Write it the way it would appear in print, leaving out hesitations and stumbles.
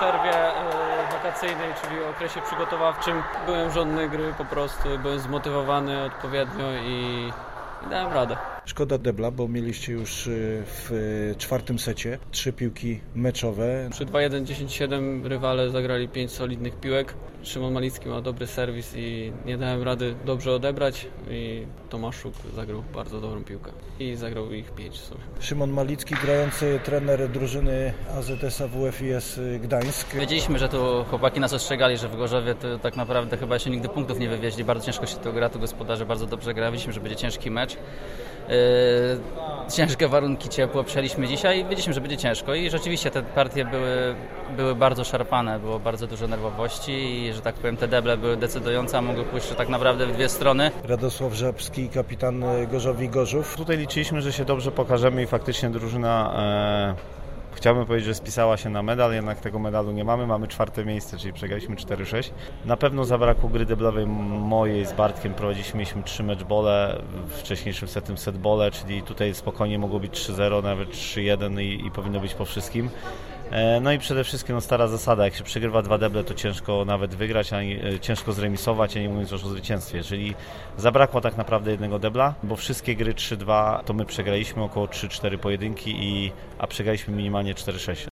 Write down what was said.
przerwie wakacyjnej, czyli okresie przygotowawczym. Byłem żądny gry po prostu, byłem zmotywowany odpowiednio i dałem radę. Szkoda debla, bo mieliście już w czwartym secie 3 piłki meczowe. Przy 2-1, 10-7 rywale zagrali 5 solidnych piłek. Szymon Malicki ma dobry serwis i nie dałem rady dobrze odebrać i Tomaszuk zagrał bardzo dobrą piłkę i zagrał ich 5 w sumie. Szymon Malicki, grający trener drużyny AZS-a WFIS Gdańsk. Wiedzieliśmy, że tu chłopaki nas ostrzegali, że w Gorzowie to tak naprawdę chyba jeszcze nigdy punktów nie wywieźli. Bardzo ciężko się to gra, tu gospodarze bardzo dobrze grają. Wiedzieliśmy, że będzie ciężki mecz. Ciężkie warunki, ciepło przejęliśmy dzisiaj i wiedzieliśmy, że będzie ciężko i rzeczywiście te partie były bardzo szarpane, było bardzo dużo nerwowości i, że tak powiem, te deble były decydujące, a mogły pójść tak naprawdę w dwie strony. Radosław Żabski, kapitan Gorzowi Gorzów. Tutaj liczyliśmy, że się dobrze pokażemy i faktycznie drużyna chciałbym powiedzieć, że spisała się na medal, jednak tego medalu nie mamy. Mamy 4. miejsce, czyli przegraliśmy 4-6. Na pewno zabrakło gry deblowej mojej z Bartkiem. Mieliśmy 3 matchbole, w wcześniejszym setbole, czyli tutaj spokojnie mogło być 3-0, nawet 3-1 i powinno być po wszystkim. No i przede wszystkim stara zasada, jak się przegrywa 2 deble, to ciężko nawet wygrać, ciężko zremisować, a nie mówiąc już o zwycięstwie. Czyli zabrakło tak naprawdę jednego debla, bo wszystkie gry 3-2 to my przegraliśmy, około 3-4 pojedynki, a przegraliśmy minimalnie 4-6.